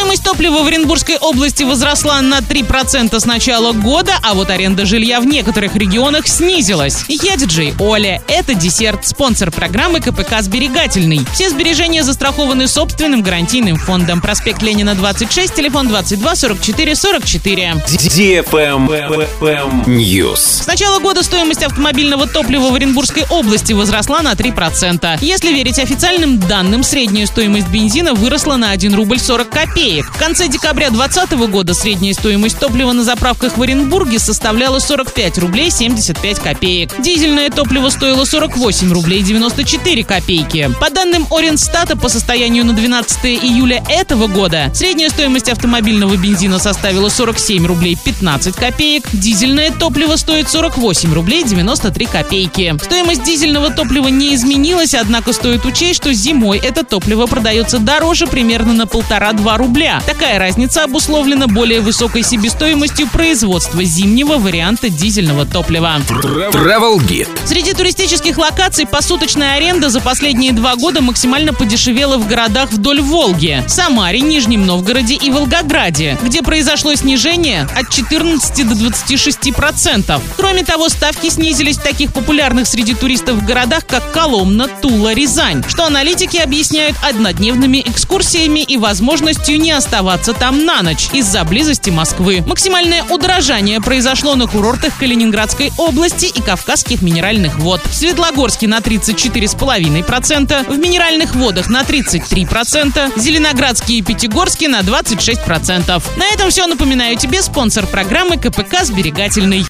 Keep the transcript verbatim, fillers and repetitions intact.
Стоимость топлива в Оренбургской области возросла на три процента с начала года, а вот аренда жилья в некоторых регионах снизилась. Я диджей Оля. Это десерт, спонсор программы КПК «Сберегательный». Все сбережения застрахованы собственным гарантийным фондом. Проспект Ленина, двадцать шесть, телефон двадцать два сорок четыре сорок четыре. News. С начала года стоимость автомобильного топлива в Оренбургской области возросла на три процента. Если верить официальным данным, средняя стоимость бензина выросла на один рубль сорок копеек. В конце декабря двадцать двадцатого года средняя стоимость топлива на заправках в Оренбурге составляла сорок пять рублей семьдесят пять копеек. Дизельное топливо стоило сорок восемь рублей девяносто четыре копейки. По данным Оренстата, по состоянию на двенадцатое июля этого года средняя стоимость автомобильного бензина составила сорок семь рублей пятнадцать копеек. Дизельное топливо стоит сорок восемь рублей девяносто три копейки. Стоимость дизельного топлива не изменилась, однако стоит учесть, что зимой это топливо продается дороже примерно на полтора-два рубля. Такая разница обусловлена более высокой себестоимостью производства зимнего варианта дизельного топлива. Travel Guide. Среди туристических локаций посуточная аренда за последние два года максимально подешевела в городах вдоль Волги: Самаре, Нижнем Новгороде и Волгограде, где произошло снижение от четырнадцати до двадцати шести процентов. Кроме того, ставки снизились в таких популярных среди туристов городах, как Коломна, Тула, Рязань, что аналитики объясняют однодневными экскурсиями и возможностью не оставаться там на ночь из-за близости Москвы. Максимальное удорожание произошло на курортах Калининградской области и Кавказских минеральных вод. В Светлогорске на тридцать четыре целых пять десятых процента, в Минеральных водах на тридцать три процента, Зеленоградске и Пятигорске на двадцать шесть процентов. На этом все. Напоминаю тебе спонсор программы КПК «Сберегательный».